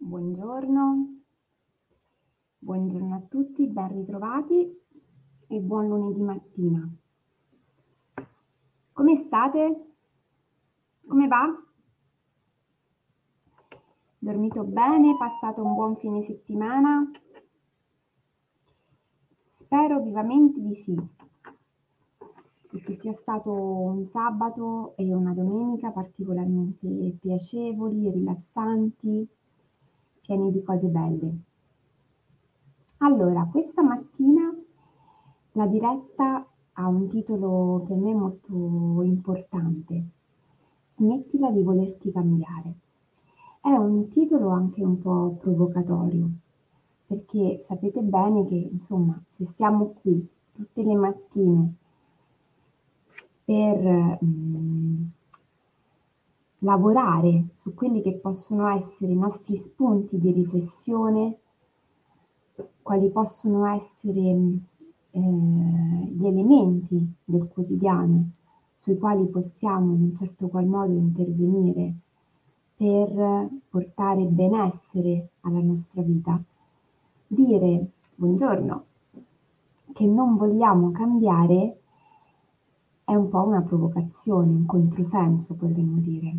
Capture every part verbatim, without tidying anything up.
Buongiorno, buongiorno a tutti, ben ritrovati e buon lunedì mattina. Come state? Come va? Dormito bene? Passato un buon fine settimana? Spero vivamente di sì, e che sia stato un sabato e una domenica particolarmente piacevoli, rilassanti, pieni di cose belle. Allora, questa mattina la diretta ha un titolo per me molto importante: Smettila di volerti cambiare. È un titolo anche un po' provocatorio, perché sapete bene che, insomma, se siamo qui tutte le mattine per mh, lavorare su quelli che possono essere i nostri spunti di riflessione, quali possono essere eh, gli elementi del quotidiano sui quali possiamo in un certo qual modo intervenire per portare benessere alla nostra vita, dire buongiorno che non vogliamo cambiare è un po' una provocazione, un controsenso potremmo dire.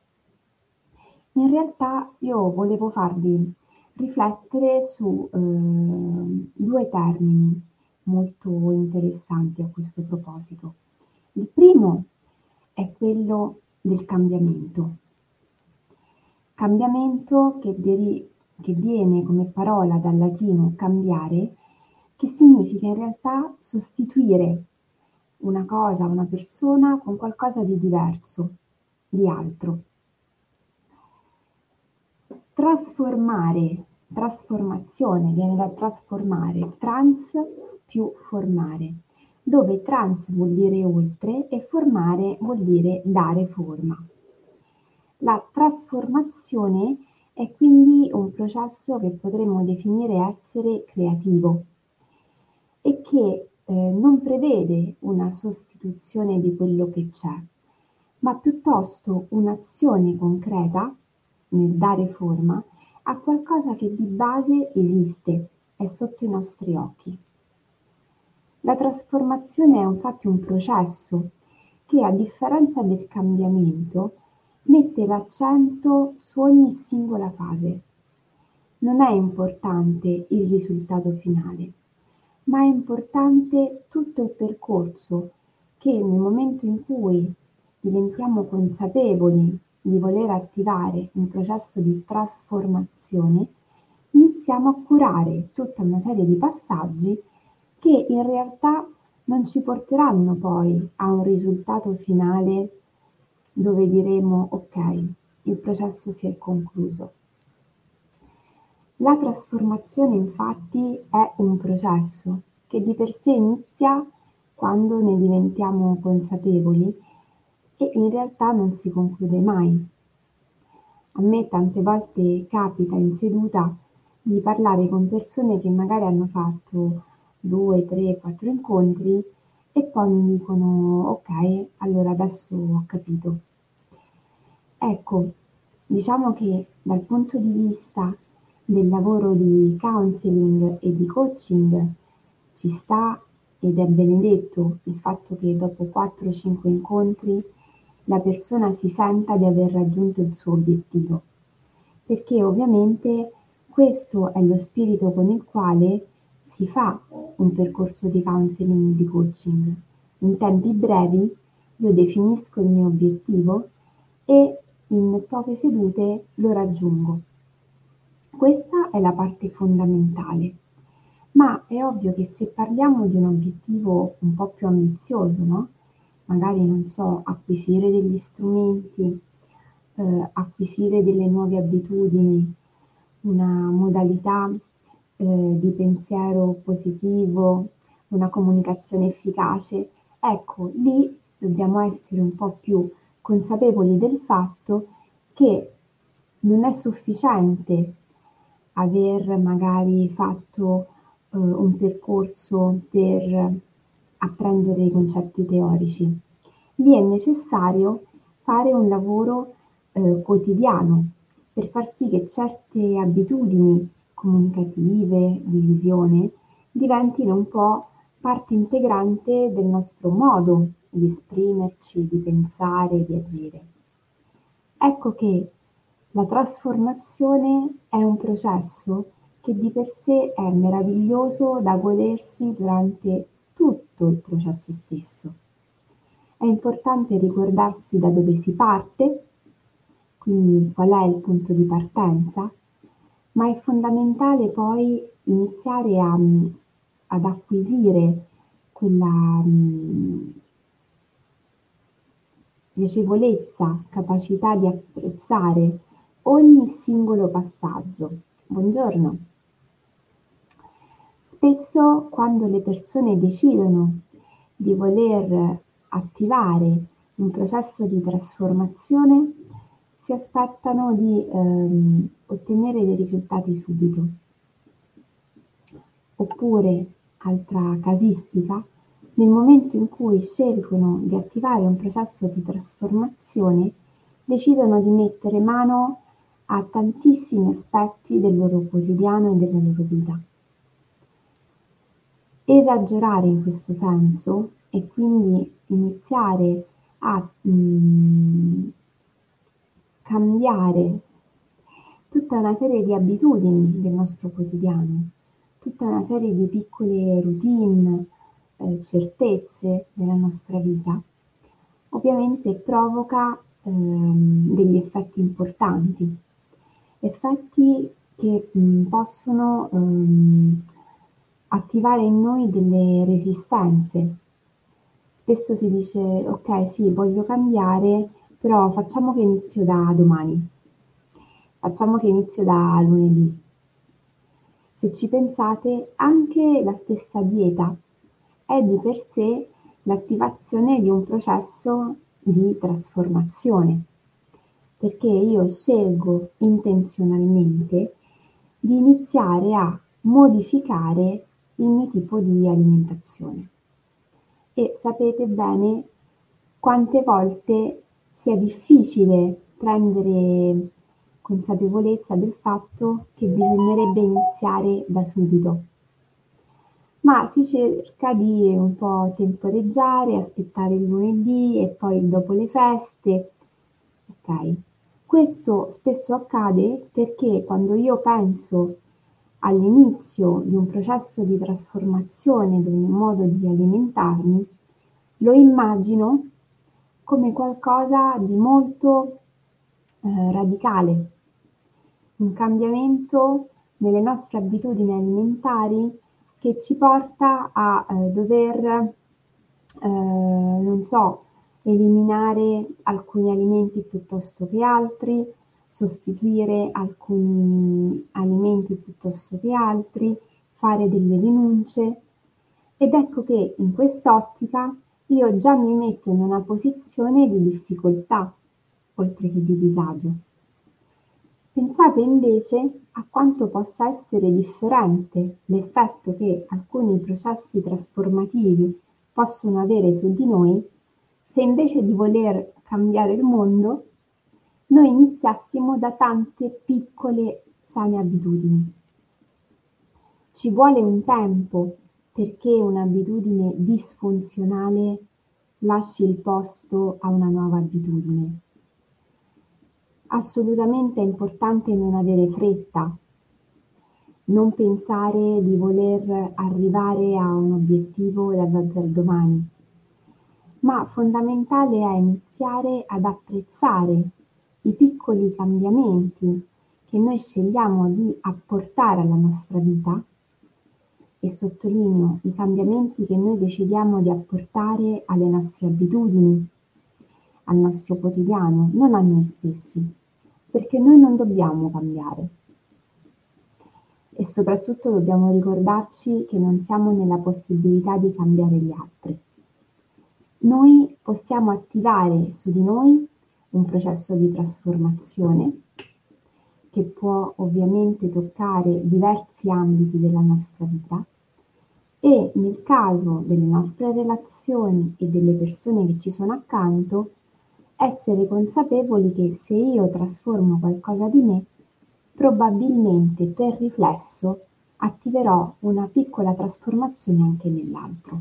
In realtà io volevo farvi riflettere su eh, due termini molto interessanti a questo proposito. Il primo è quello del cambiamento. Cambiamento che, deri- che viene come parola dal latino cambiare, che significa in realtà sostituire una cosa, una persona con qualcosa di diverso, di altro. Trasformare, trasformazione viene da trasformare, trans più formare, dove trans vuol dire oltre e formare vuol dire dare forma. La trasformazione è quindi un processo che potremmo definire essere creativo e che eh, non prevede una sostituzione di quello che c'è, ma piuttosto un'azione concreta nel dare forma a qualcosa che di base esiste, è sotto i nostri occhi. La trasformazione è infatti un processo che, a differenza del cambiamento, mette l'accento su ogni singola fase. Non è importante il risultato finale, ma è importante tutto il percorso che, nel momento in cui diventiamo consapevoli di voler attivare un processo di trasformazione, iniziamo a curare tutta una serie di passaggi che in realtà non ci porteranno poi a un risultato finale dove diremo ok, il processo si è concluso. La trasformazione infatti è un processo che di per sé inizia quando ne diventiamo consapevoli e in realtà non si conclude mai. A me tante volte capita in seduta di parlare con persone che magari hanno fatto due, tre, quattro incontri e poi mi dicono ok, allora adesso ho capito. Ecco, diciamo che dal punto di vista del lavoro di counseling e di coaching ci sta ed è benedetto il fatto che dopo quattro cinque incontri la persona si senta di aver raggiunto il suo obiettivo, perché ovviamente questo è lo spirito con il quale si fa un percorso di counseling e di coaching. In tempi brevi io definisco il mio obiettivo e in poche sedute lo raggiungo. Questa è la parte fondamentale, ma è ovvio che se parliamo di un obiettivo un po' più ambizioso, no? Magari, non so, acquisire degli strumenti, eh, acquisire delle nuove abitudini, una modalità eh, di pensiero positivo, una comunicazione efficace, ecco, lì dobbiamo essere un po' più consapevoli del fatto che non è sufficiente aver magari fatto eh, un percorso per apprendere i concetti teorici. Lì è necessario fare un lavoro eh, quotidiano per far sì che certe abitudini comunicative, di visione, diventino un po' parte integrante del nostro modo di esprimerci, di pensare, di agire. Ecco che la trasformazione è un processo che di per sé è meraviglioso da godersi durante tutto il processo stesso. È importante ricordarsi da dove si parte, quindi qual è il punto di partenza, ma è fondamentale poi iniziare a, ad acquisire quella mh, piacevolezza, capacità di apprezzare ogni singolo passaggio. Buongiorno. Spesso quando le persone decidono di voler attivare un processo di trasformazione si aspettano di ehm, ottenere dei risultati subito. Oppure, altra casistica, nel momento in cui scelgono di attivare un processo di trasformazione, decidono di mettere mano a tantissimi aspetti del loro quotidiano e della loro vita. Esagerare in questo senso e quindi iniziare a mh, cambiare tutta una serie di abitudini del nostro quotidiano, tutta una serie di piccole routine, eh, certezze della nostra vita, ovviamente provoca ehm, degli effetti importanti, effetti che mh, possono ehm, attivare in noi delle resistenze. Spesso si dice: ok, sì, voglio cambiare, però facciamo che inizio da domani, facciamo che inizio da lunedì. Se ci pensate, anche la stessa dieta è di per sé l'attivazione di un processo di trasformazione, perché io scelgo intenzionalmente di iniziare a modificare il mio tipo di alimentazione. E sapete bene quante volte sia difficile prendere consapevolezza del fatto che bisognerebbe iniziare da subito. Ma si cerca di un po' temporeggiare, aspettare il lunedì e poi dopo le feste. Ok. Questo spesso accade perché quando io penso all'inizio di un processo di trasformazione del mio modo di alimentarmi, lo immagino come qualcosa di molto eh, radicale, un cambiamento nelle nostre abitudini alimentari che ci porta a eh, dover, eh, non so, eliminare alcuni alimenti piuttosto che altri, sostituire alcuni alimenti piuttosto che altri, fare delle rinunce. Ed ecco che in quest'ottica io già mi metto in una posizione di difficoltà, oltre che di disagio. Pensate invece a quanto possa essere differente l'effetto che alcuni processi trasformativi possono avere su di noi se invece di voler cambiare il mondo noi iniziassimo da tante piccole sane abitudini. Ci vuole un tempo perché un'abitudine disfunzionale lasci il posto a una nuova abitudine. Assolutamente è importante non avere fretta, non pensare di voler arrivare a un obiettivo dall'oggi al domani, ma fondamentale è iniziare ad apprezzare i piccoli cambiamenti che noi scegliamo di apportare alla nostra vita, e sottolineo i cambiamenti che noi decidiamo di apportare alle nostre abitudini, al nostro quotidiano, non a noi stessi, perché noi non dobbiamo cambiare. E soprattutto dobbiamo ricordarci che non siamo nella possibilità di cambiare gli altri. Noi possiamo attivare su di noi un processo di trasformazione che può ovviamente toccare diversi ambiti della nostra vita e nel caso delle nostre relazioni e delle persone che ci sono accanto, essere consapevoli che se io trasformo qualcosa di me, probabilmente per riflesso attiverò una piccola trasformazione anche nell'altro.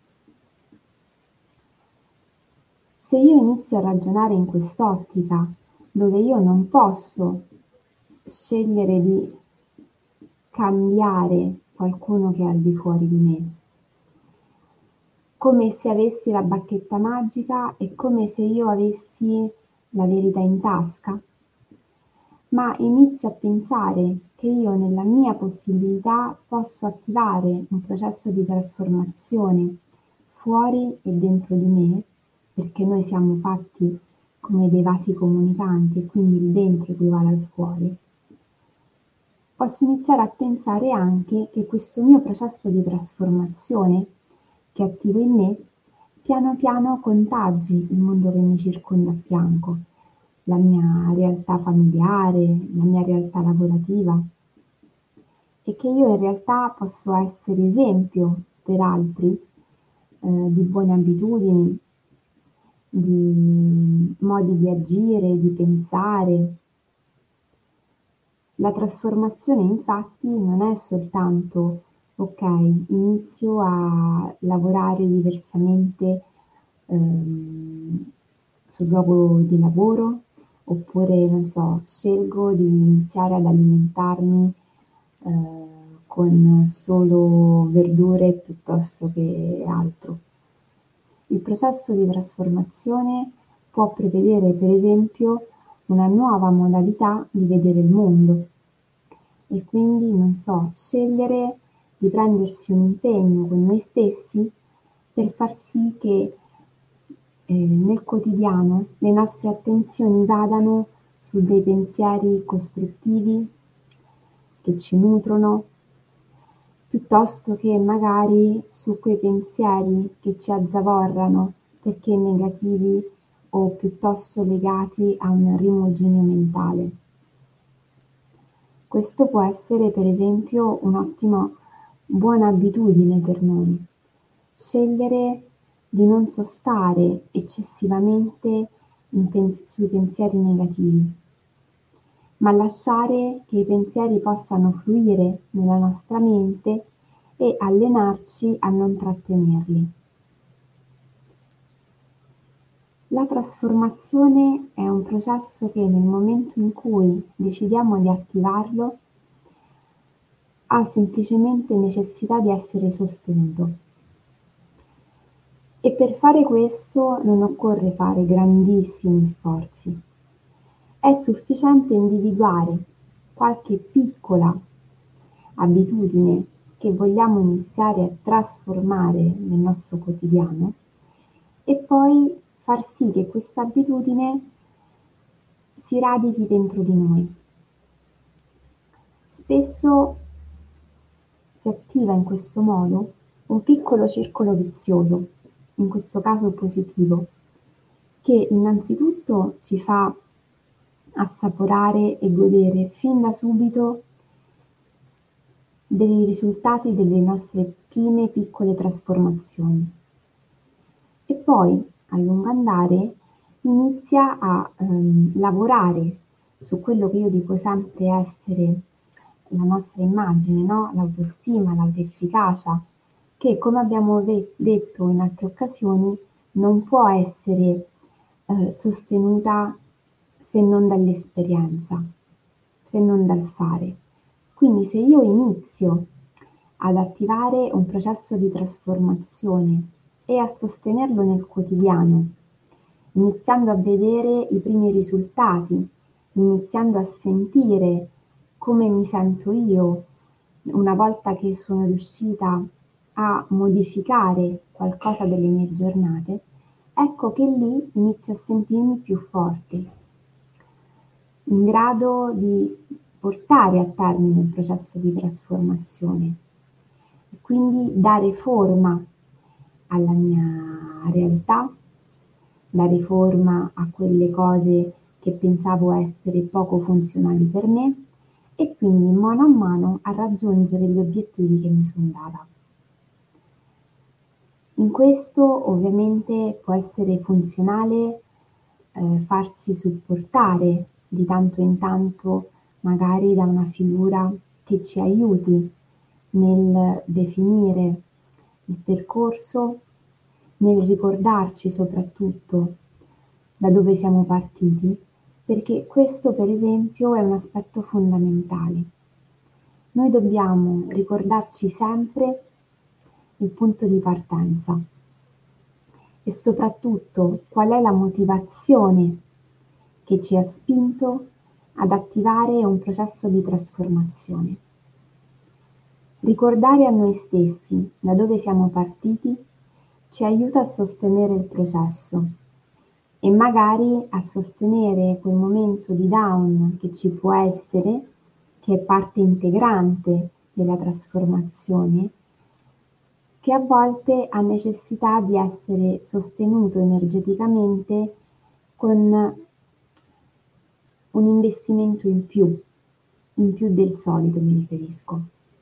Se io inizio a ragionare in quest'ottica, dove io non posso scegliere di cambiare qualcuno che è al di fuori di me, come se avessi la bacchetta magica e come se io avessi la verità in tasca, ma inizio a pensare che io nella mia possibilità posso attivare un processo di trasformazione fuori e dentro di me, perché noi siamo fatti come dei vasi comunicanti e quindi il dentro equivale al fuori. Posso iniziare a pensare anche che questo mio processo di trasformazione che attivo in me, piano piano contagi il mondo che mi circonda a fianco, la mia realtà familiare, la mia realtà lavorativa e che io in realtà posso essere esempio per altri eh, di buone abitudini, di modi di agire, di pensare. La trasformazione infatti non è soltanto, ok, inizio a lavorare diversamente ehm, sul luogo di lavoro, oppure, non so, scelgo di iniziare ad alimentarmi eh, con solo verdure piuttosto che altro. Il processo di trasformazione può prevedere, per esempio, una nuova modalità di vedere il mondo e quindi, non so, scegliere di prendersi un impegno con noi stessi per far sì che eh, nel quotidiano le nostre attenzioni vadano su dei pensieri costruttivi che ci nutrono, piuttosto che magari su quei pensieri che ci azzavorrano perché negativi o piuttosto legati a un rimuginio mentale. Questo può essere per esempio un'ottima buona abitudine per noi, scegliere di non sostare eccessivamente in pens- sui pensieri negativi, ma lasciare che i pensieri possano fluire nella nostra mente e allenarci a non trattenerli. La trasformazione è un processo che nel momento in cui decidiamo di attivarlo ha semplicemente necessità di essere sostenuto. E per fare questo non occorre fare grandissimi sforzi. È sufficiente individuare qualche piccola abitudine che vogliamo iniziare a trasformare nel nostro quotidiano e poi far sì che questa abitudine si radichi dentro di noi. Spesso si attiva in questo modo un piccolo circolo vizioso, in questo caso positivo, che innanzitutto ci fa assaporare e godere fin da subito dei risultati delle nostre prime piccole trasformazioni. E poi, a lungo andare, inizia a ehm, lavorare su quello che io dico sempre essere la nostra immagine, no? L'autostima, l'autoefficacia, che come abbiamo ve- detto in altre occasioni non può essere eh, sostenuta se non dall'esperienza, se non dal fare. Quindi se io inizio ad attivare un processo di trasformazione e a sostenerlo nel quotidiano, iniziando a vedere i primi risultati, iniziando a sentire come mi sento io una volta che sono riuscita a modificare qualcosa delle mie giornate, ecco che lì inizio a sentirmi più forte, in grado di portare a termine il processo di trasformazione e quindi dare forma alla mia realtà, dare forma a quelle cose che pensavo essere poco funzionali per me e quindi mano a mano a raggiungere gli obiettivi che mi sono data. In questo ovviamente può essere funzionale eh, farsi supportare di tanto in tanto magari da una figura che ci aiuti nel definire il percorso, nel ricordarci soprattutto da dove siamo partiti, perché questo per esempio è un aspetto fondamentale. Noi dobbiamo ricordarci sempre il punto di partenza e soprattutto qual è la motivazione che ci ha spinto ad attivare un processo di trasformazione. Ricordare a noi stessi da dove siamo partiti ci aiuta a sostenere il processo e magari a sostenere quel momento di down che ci può essere, che è parte integrante della trasformazione, che a volte ha necessità di essere sostenuto energeticamente con un investimento in più, in più del solito mi riferisco.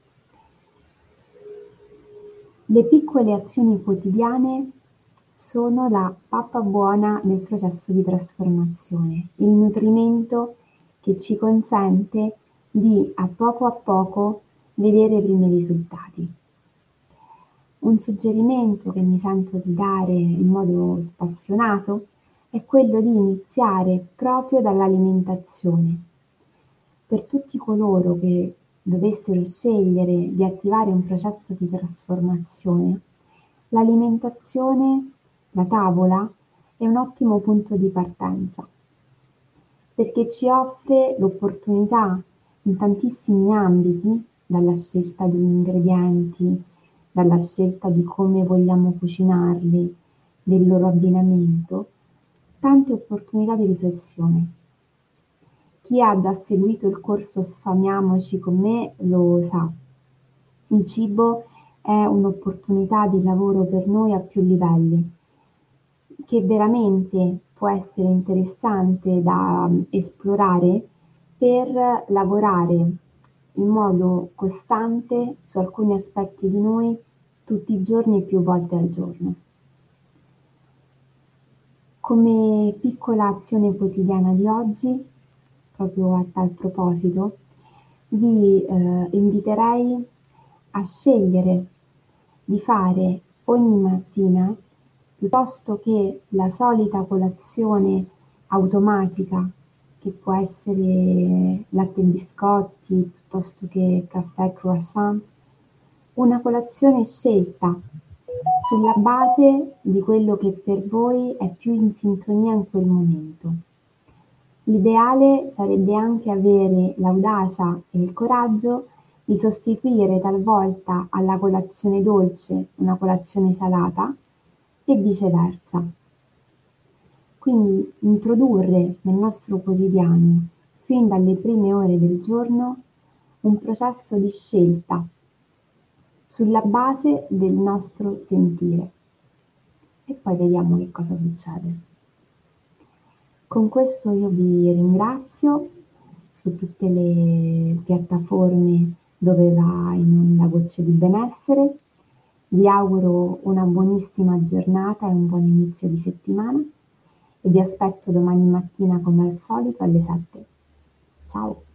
Le piccole azioni quotidiane sono la pappa buona nel processo di trasformazione, il nutrimento che ci consente di a poco a poco vedere i primi risultati. Un suggerimento che mi sento di dare in modo spassionato è quello di iniziare proprio dall'alimentazione. Per tutti coloro che dovessero scegliere di attivare un processo di trasformazione, l'alimentazione, la tavola, è un ottimo punto di partenza, perché ci offre l'opportunità in tantissimi ambiti, dalla scelta degli ingredienti, dalla scelta di come vogliamo cucinarli, del loro abbinamento, tante opportunità di riflessione. Chi ha già seguito il corso Sfamiamoci con me lo sa. Il cibo è un'opportunità di lavoro per noi a più livelli, che veramente può essere interessante da esplorare per lavorare in modo costante su alcuni aspetti di noi tutti i giorni e più volte al giorno. Come piccola azione quotidiana di oggi, proprio a tal proposito, vi eh, inviterei a scegliere di fare ogni mattina, piuttosto che la solita colazione automatica, che può essere latte e biscotti, piuttosto che caffè e croissant, una colazione scelta sulla base di quello che per voi è più in sintonia in quel momento. L'ideale sarebbe anche avere l'audacia e il coraggio di sostituire talvolta alla colazione dolce una colazione salata e viceversa. Quindi introdurre nel nostro quotidiano, fin dalle prime ore del giorno, un processo di scelta sulla base del nostro sentire e poi vediamo che cosa succede. Con questo io vi ringrazio su tutte le piattaforme dove va in onda Gocce di Benessere, vi auguro una buonissima giornata e un buon inizio di settimana e vi aspetto domani mattina come al solito alle sette. Ciao!